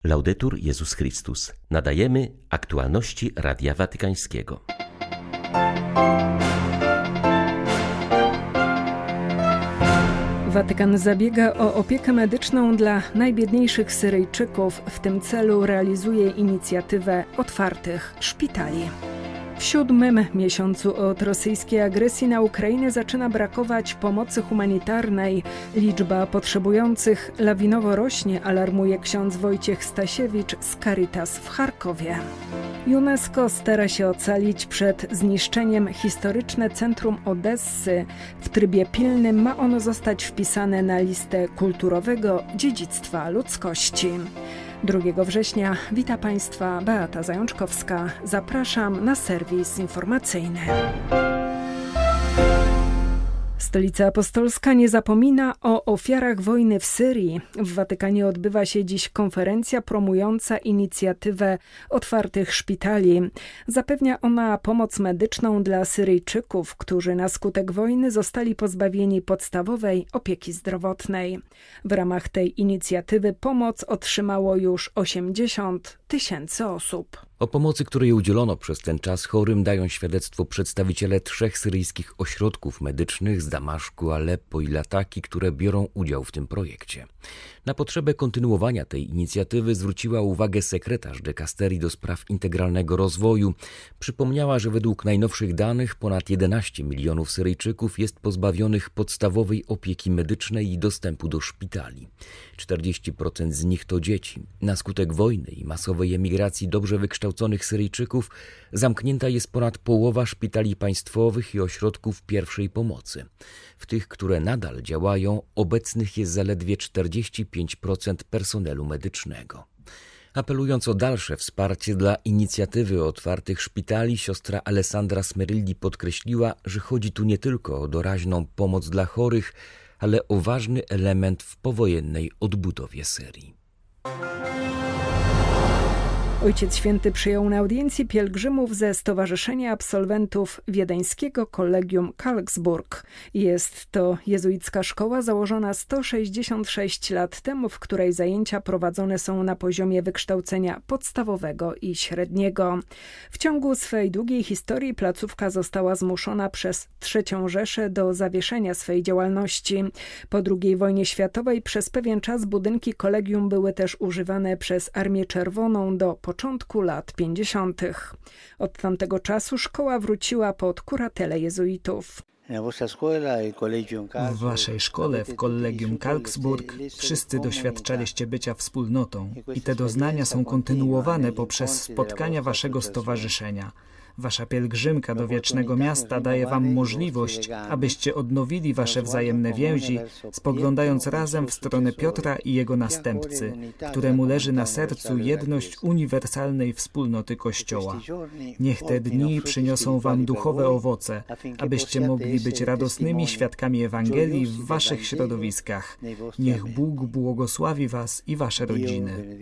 Laudetur Jezus Chrystus. Nadajemy aktualności Radia Watykańskiego. Watykan zabiega o opiekę medyczną dla najbiedniejszych Syryjczyków. W tym celu realizuje inicjatywę otwartych szpitali. W 7. miesiącu od rosyjskiej agresji na Ukrainę zaczyna brakować pomocy humanitarnej. Liczba potrzebujących lawinowo rośnie, alarmuje ksiądz Wojciech Stasiewicz z Caritas w Charkowie. UNESCO stara się ocalić przed zniszczeniem historyczne centrum Odessy. W trybie pilnym ma ono zostać wpisane na listę kulturowego dziedzictwa ludzkości. 2 września wita Państwa Beata Zajączkowska. Zapraszam na serwis informacyjny. Stolica Apostolska nie zapomina o ofiarach wojny w Syrii. W Watykanie odbywa się dziś konferencja promująca inicjatywę otwartych szpitali. Zapewnia ona pomoc medyczną dla Syryjczyków, którzy na skutek wojny zostali pozbawieni podstawowej opieki zdrowotnej. W ramach tej inicjatywy pomoc otrzymało już 80 000 osób. O pomocy, której udzielono przez ten czas chorym, dają świadectwo przedstawiciele 3 syryjskich ośrodków medycznych z Damaszku, Aleppo i Lataki, które biorą udział w tym projekcie. Na potrzebę kontynuowania tej inicjatywy zwróciła uwagę sekretarz dekasterii do spraw integralnego rozwoju. Przypomniała, że według najnowszych danych ponad 11 milionów Syryjczyków jest pozbawionych podstawowej opieki medycznej i dostępu do szpitali. 40% z nich to dzieci. Na skutek wojny i masowej emigracji dobrze wykształconych Syryjczyków zamknięta jest ponad połowa szpitali państwowych i ośrodków pierwszej pomocy. W tych, które nadal działają, obecnych jest zaledwie 45% personelu medycznego. Apelując o dalsze wsparcie dla inicjatywy otwartych szpitali, siostra Alessandra Smerildi podkreśliła, że chodzi tu nie tylko o doraźną pomoc dla chorych, ale o ważny element w powojennej odbudowie Syrii. Ojciec Święty przyjął na audiencji pielgrzymów ze Stowarzyszenia Absolwentów Wiedeńskiego Collegium Karlsburg. Jest to jezuicka szkoła założona 166 lat temu, w której zajęcia prowadzone są na poziomie wykształcenia podstawowego i średniego. W ciągu swej długiej historii placówka została zmuszona przez III Rzeszę do zawieszenia swej działalności. Po II wojnie światowej przez pewien czas budynki kolegium były też używane przez Armię Czerwoną do początku lat 50. Od tamtego czasu szkoła wróciła pod kuratelę jezuitów. W waszej szkole, w Collegium Karlsburg, wszyscy doświadczaliście bycia wspólnotą i te doznania są kontynuowane poprzez spotkania waszego stowarzyszenia. Wasza pielgrzymka do Wiecznego Miasta daje wam możliwość, abyście odnowili wasze wzajemne więzi, spoglądając razem w stronę Piotra i jego następcy, któremu leży na sercu jedność uniwersalnej wspólnoty Kościoła. Niech te dni przyniosą wam duchowe owoce, abyście mogli być radosnymi świadkami Ewangelii w waszych środowiskach. Niech Bóg błogosławi was i wasze rodziny.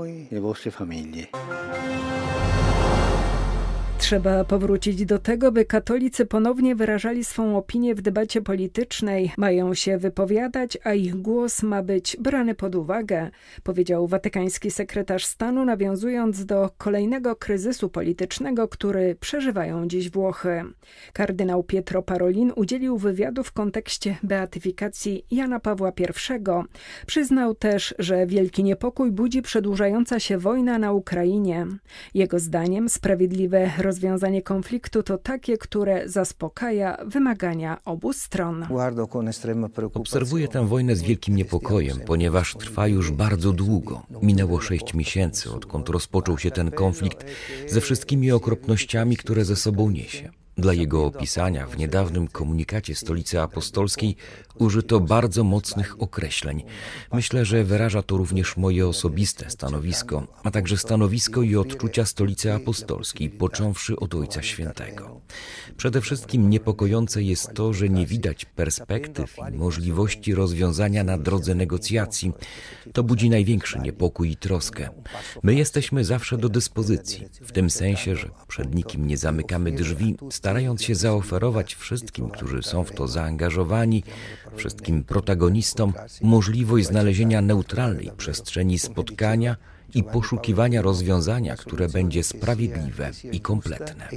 Trzeba powrócić do tego, by katolicy ponownie wyrażali swą opinię w debacie politycznej, mają się wypowiadać, a ich głos ma być brany pod uwagę, powiedział watykański sekretarz stanu, nawiązując do kolejnego kryzysu politycznego, który przeżywają dziś Włochy. Kardynał Pietro Parolin udzielił wywiadu w kontekście beatyfikacji Jana Pawła I. Przyznał też, że wielki niepokój budzi przedłużająca się wojna na Ukrainie. Jego zdaniem sprawiedliwe rozwiązanie konfliktu to takie, które zaspokaja wymagania obu stron. Obserwuję tę wojnę z wielkim niepokojem, ponieważ trwa już bardzo długo. Minęło 6 miesięcy, odkąd rozpoczął się ten konflikt ze wszystkimi okropnościami, które ze sobą niesie. Dla jego opisania w niedawnym komunikacie Stolicy Apostolskiej użyto bardzo mocnych określeń. Myślę, że wyraża to również moje osobiste stanowisko, a także stanowisko i odczucia Stolicy Apostolskiej, począwszy od Ojca Świętego. Przede wszystkim niepokojące jest to, że nie widać perspektyw i możliwości rozwiązania na drodze negocjacji. To budzi największy niepokój i troskę. My jesteśmy zawsze do dyspozycji, w tym sensie, że przed nikim nie zamykamy drzwi, starając się zaoferować wszystkim, którzy są w to zaangażowani, wszystkim protagonistom, możliwość znalezienia neutralnej przestrzeni spotkania i poszukiwania rozwiązania, które będzie sprawiedliwe i kompletne.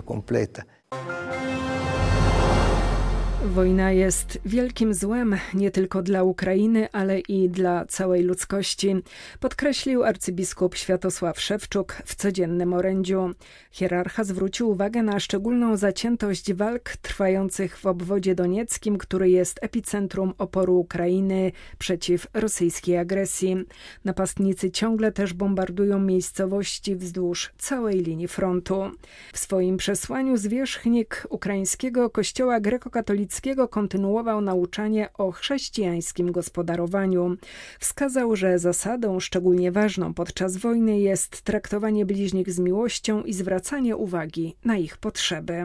Wojna jest wielkim złem nie tylko dla Ukrainy, ale i dla całej ludzkości, podkreślił arcybiskup Światosław Szewczuk w codziennym orędziu. Hierarcha zwrócił uwagę na szczególną zaciętość walk trwających w obwodzie donieckim, który jest epicentrum oporu Ukrainy przeciw rosyjskiej agresji. Napastnicy ciągle też bombardują miejscowości wzdłuż całej linii frontu. W swoim przesłaniu zwierzchnik ukraińskiego kościoła grekokatolickiego kontynuował nauczanie o chrześcijańskim gospodarowaniu. Wskazał, że zasadą szczególnie ważną podczas wojny jest traktowanie bliźnich z miłością i zwracanie uwagi na ich potrzeby.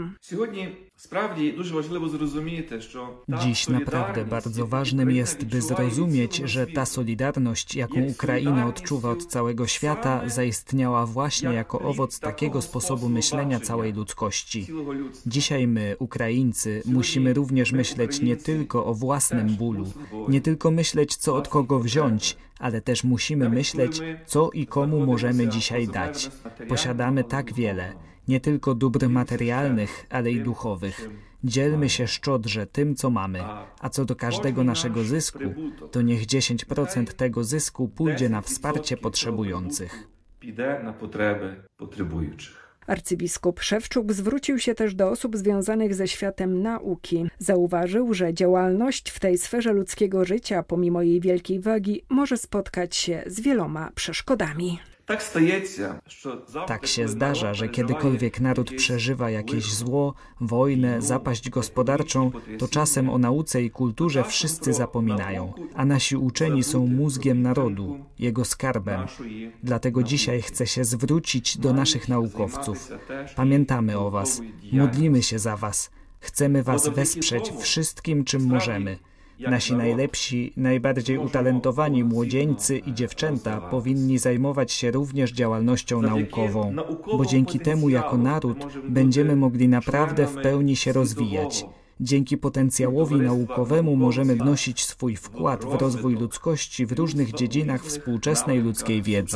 Dziś naprawdę bardzo ważnym jest, by zrozumieć, że ta solidarność, jaką Ukraina odczuwa od całego świata, zaistniała właśnie jako owoc takiego sposobu myślenia całej ludzkości. Dzisiaj my, Ukraińcy, musimy również myśleć nie tylko o własnym bólu, nie tylko myśleć, co od kogo wziąć, ale też musimy myśleć, co i komu możemy dzisiaj dać. Posiadamy tak wiele, nie tylko dóbr materialnych, ale i duchowych. Dzielmy się szczodrze tym, co mamy, a co do każdego naszego zysku, to niech 10% tego zysku pójdzie na wsparcie potrzebujących. Arcybiskup Szewczuk zwrócił się też do osób związanych ze światem nauki. Zauważył, że działalność w tej sferze ludzkiego życia, pomimo jej wielkiej wagi, może spotkać się z wieloma przeszkodami. Tak się zdarza, że kiedykolwiek naród przeżywa jakieś zło, wojnę, zapaść gospodarczą, to czasem o nauce i kulturze wszyscy zapominają, a nasi uczeni są mózgiem narodu, jego skarbem. Dlatego dzisiaj chcę się zwrócić do naszych naukowców. Pamiętamy o was, modlimy się za was, chcemy was wesprzeć wszystkim, czym możemy. Nasi najlepsi, najbardziej utalentowani młodzieńcy i dziewczęta powinni zajmować się również działalnością naukową, bo dzięki temu jako naród będziemy mogli naprawdę w pełni się rozwijać. Dzięki potencjałowi naukowemu możemy wnosić swój wkład w rozwój ludzkości w różnych dziedzinach współczesnej ludzkiej wiedzy.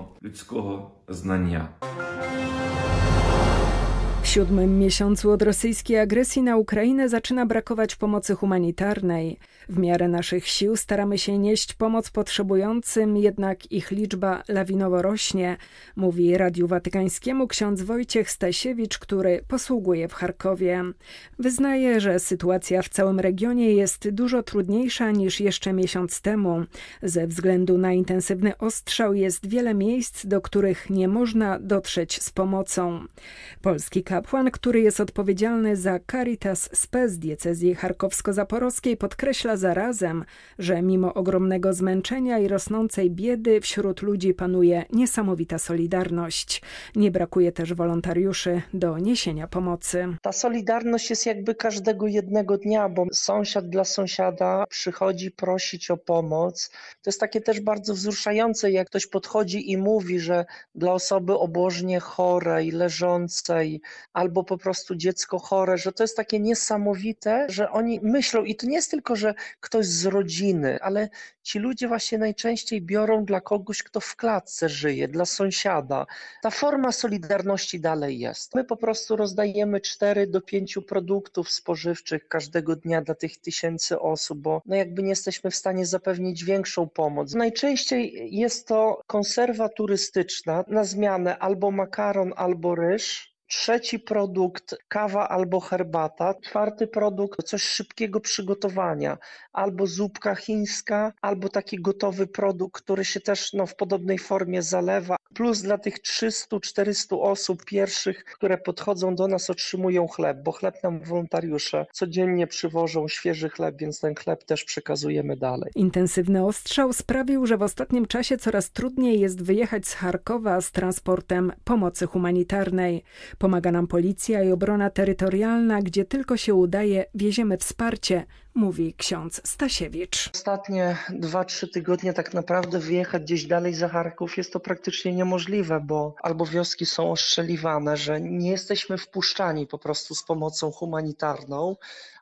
W 7. miesiącu od rosyjskiej agresji na Ukrainę zaczyna brakować pomocy humanitarnej. W miarę naszych sił staramy się nieść pomoc potrzebującym, jednak ich liczba lawinowo rośnie, mówi Radiu Watykańskiemu ksiądz Wojciech Stasiewicz, który posługuje w Charkowie. Wyznaje, że sytuacja w całym regionie jest dużo trudniejsza niż jeszcze miesiąc temu. Ze względu na intensywny ostrzał jest wiele miejsc, do których nie można dotrzeć z pomocą. Polski kapłan, który jest odpowiedzialny za Caritas Spes diecezji charkowsko-zaporowskiej, podkreśla zarazem, że mimo ogromnego zmęczenia i rosnącej biedy wśród ludzi panuje niesamowita solidarność. Nie brakuje też wolontariuszy do niesienia pomocy. Ta solidarność jest jakby każdego jednego dnia, bo sąsiad dla sąsiada przychodzi prosić o pomoc. To jest takie też bardzo wzruszające, jak ktoś podchodzi i mówi, że dla osoby obłożnie chorej, leżącej, albo po prostu dziecko chore, że to jest takie niesamowite, że oni myślą i to nie jest tylko, że ktoś z rodziny, ale ci ludzie właśnie najczęściej biorą dla kogoś, kto w klatce żyje, dla sąsiada. Ta forma solidarności dalej jest. My po prostu rozdajemy 4 do 5 produktów spożywczych każdego dnia dla tych 1000 osób, bo jakby nie jesteśmy w stanie zapewnić większą pomoc. Najczęściej jest to konserwa turystyczna na zmianę albo makaron, albo ryż. 3. produkt kawa albo herbata. 4. produkt coś szybkiego przygotowania. Albo zupka chińska, albo taki gotowy produkt, który się też w podobnej formie zalewa. Plus dla tych 300-400 osób pierwszych, które podchodzą do nas, otrzymują chleb, bo chleb nam wolontariusze codziennie przywożą świeży chleb, więc ten chleb też przekazujemy dalej. Intensywny ostrzał sprawił, że w ostatnim czasie coraz trudniej jest wyjechać z Charkowa z transportem pomocy humanitarnej. Pomaga nam policja i obrona terytorialna, gdzie tylko się udaje, wieziemy wsparcie, mówi ksiądz Stasiewicz. Ostatnie 2-3 tygodnie tak naprawdę wyjechać gdzieś dalej za Charków jest to praktycznie niemożliwe, bo albo wioski są ostrzeliwane, że nie jesteśmy wpuszczani po prostu z pomocą humanitarną,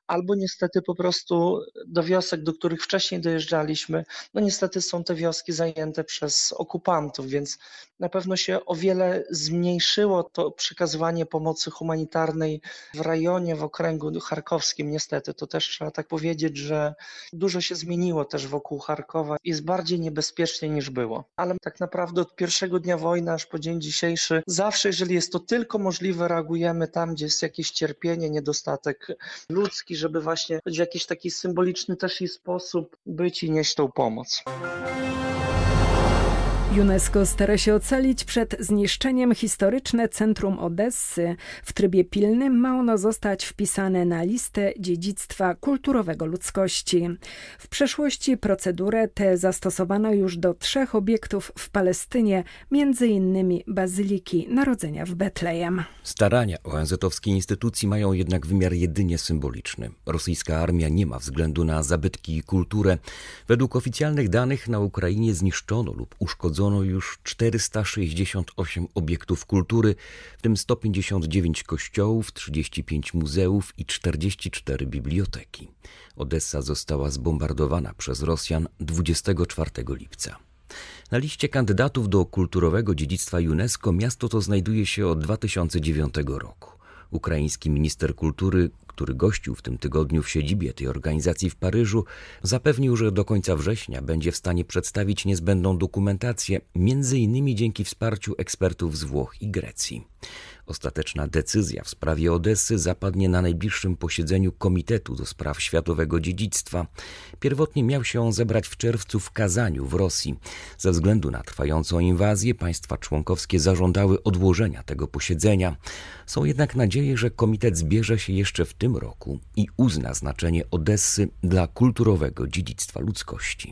albo niestety po prostu do wiosek, do których wcześniej dojeżdżaliśmy, no niestety są te wioski zajęte przez okupantów, więc na pewno się o wiele zmniejszyło to przekazywanie pomocy humanitarnej w rejonie, w okręgu charkowskim. Niestety, to też trzeba tak powiedzieć, że dużo się zmieniło też wokół Charkowa. Jest bardziej niebezpiecznie niż było. Ale tak naprawdę od pierwszego dnia wojny aż po dzień dzisiejszy, zawsze jeżeli jest to tylko możliwe, reagujemy tam, gdzie jest jakieś cierpienie, niedostatek ludzki, żeby właśnie w jakiś taki symboliczny też i sposób być i nieść tą pomoc. UNESCO stara się ocalić przed zniszczeniem historyczne centrum Odessy. W trybie pilnym ma ono zostać wpisane na listę dziedzictwa kulturowego ludzkości. W przeszłości procedurę tę zastosowano już do 3 obiektów w Palestynie, m.in. Bazyliki Narodzenia w Betlejem. Starania ONZ-owskiej instytucji mają jednak wymiar jedynie symboliczny. Rosyjska armia nie ma względu na zabytki i kulturę. Według oficjalnych danych na Ukrainie zniszczono lub uszkodzono już 468 obiektów kultury, w tym 159 kościołów, 35 muzeów i 44 biblioteki. Odessa została zbombardowana przez Rosjan 24 lipca. Na liście kandydatów do kulturowego dziedzictwa UNESCO miasto to znajduje się od 2009 roku. Ukraiński minister kultury, który gościł w tym tygodniu w siedzibie tej organizacji w Paryżu, zapewnił, że do końca września będzie w stanie przedstawić niezbędną dokumentację, m.in. dzięki wsparciu ekspertów z Włoch i Grecji. Ostateczna decyzja w sprawie Odessy zapadnie na najbliższym posiedzeniu Komitetu do Spraw Światowego Dziedzictwa. Pierwotnie miał się on zebrać w czerwcu w Kazaniu w Rosji. Ze względu na trwającą inwazję państwa członkowskie zażądały odłożenia tego posiedzenia. Są jednak nadzieje, że komitet zbierze się jeszcze w tym roku i uzna znaczenie Odessy dla kulturowego dziedzictwa ludzkości.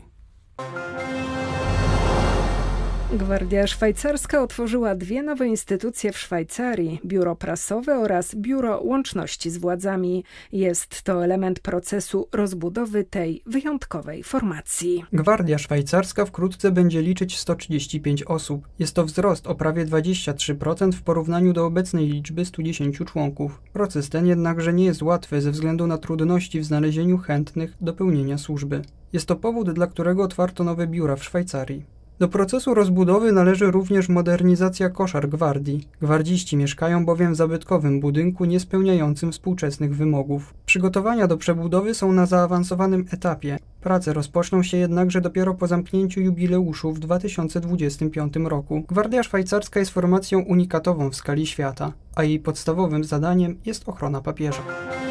Gwardia Szwajcarska otworzyła 2 nowe instytucje w Szwajcarii, biuro prasowe oraz biuro łączności z władzami. Jest to element procesu rozbudowy tej wyjątkowej formacji. Gwardia Szwajcarska wkrótce będzie liczyć 135 osób. Jest to wzrost o prawie 23% w porównaniu do obecnej liczby 110 członków. Proces ten jednakże nie jest łatwy ze względu na trudności w znalezieniu chętnych do pełnienia służby. Jest to powód, dla którego otwarto nowe biura w Szwajcarii. Do procesu rozbudowy należy również modernizacja koszar gwardii. Gwardziści mieszkają bowiem w zabytkowym budynku niespełniającym współczesnych wymogów. Przygotowania do przebudowy są na zaawansowanym etapie. Prace rozpoczną się jednakże dopiero po zamknięciu jubileuszu w 2025 roku. Gwardia Szwajcarska jest formacją unikatową w skali świata, a jej podstawowym zadaniem jest ochrona papieża.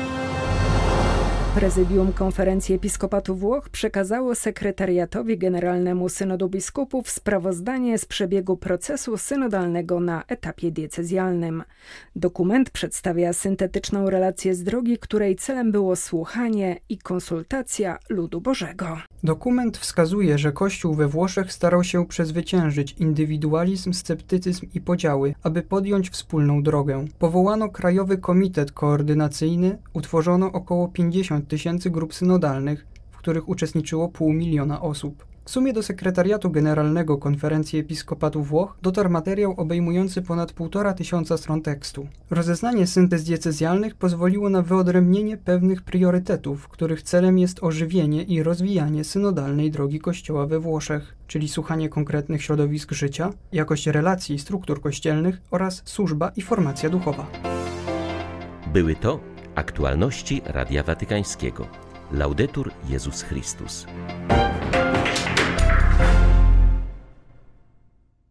Prezydium Konferencji Episkopatu Włoch przekazało sekretariatowi generalnemu Synodu Biskupów sprawozdanie z przebiegu procesu synodalnego na etapie diecezjalnym. Dokument przedstawia syntetyczną relację z drogi, której celem było słuchanie i konsultacja ludu Bożego. Dokument wskazuje, że Kościół we Włoszech starał się przezwyciężyć indywidualizm, sceptycyzm i podziały, aby podjąć wspólną drogę. Powołano Krajowy Komitet Koordynacyjny, utworzono około 50 000 grup synodalnych, w których uczestniczyło 500 000 osób. W sumie do Sekretariatu Generalnego Konferencji Episkopatu Włoch dotarł materiał obejmujący ponad 1500 stron tekstu. Rozeznanie syntez diecezjalnych pozwoliło na wyodrębnienie pewnych priorytetów, których celem jest ożywienie i rozwijanie synodalnej drogi Kościoła we Włoszech, czyli słuchanie konkretnych środowisk życia, jakość relacji i struktur kościelnych oraz służba i formacja duchowa. Były to aktualności Radia Watykańskiego. Laudetur Jezus Chrystus.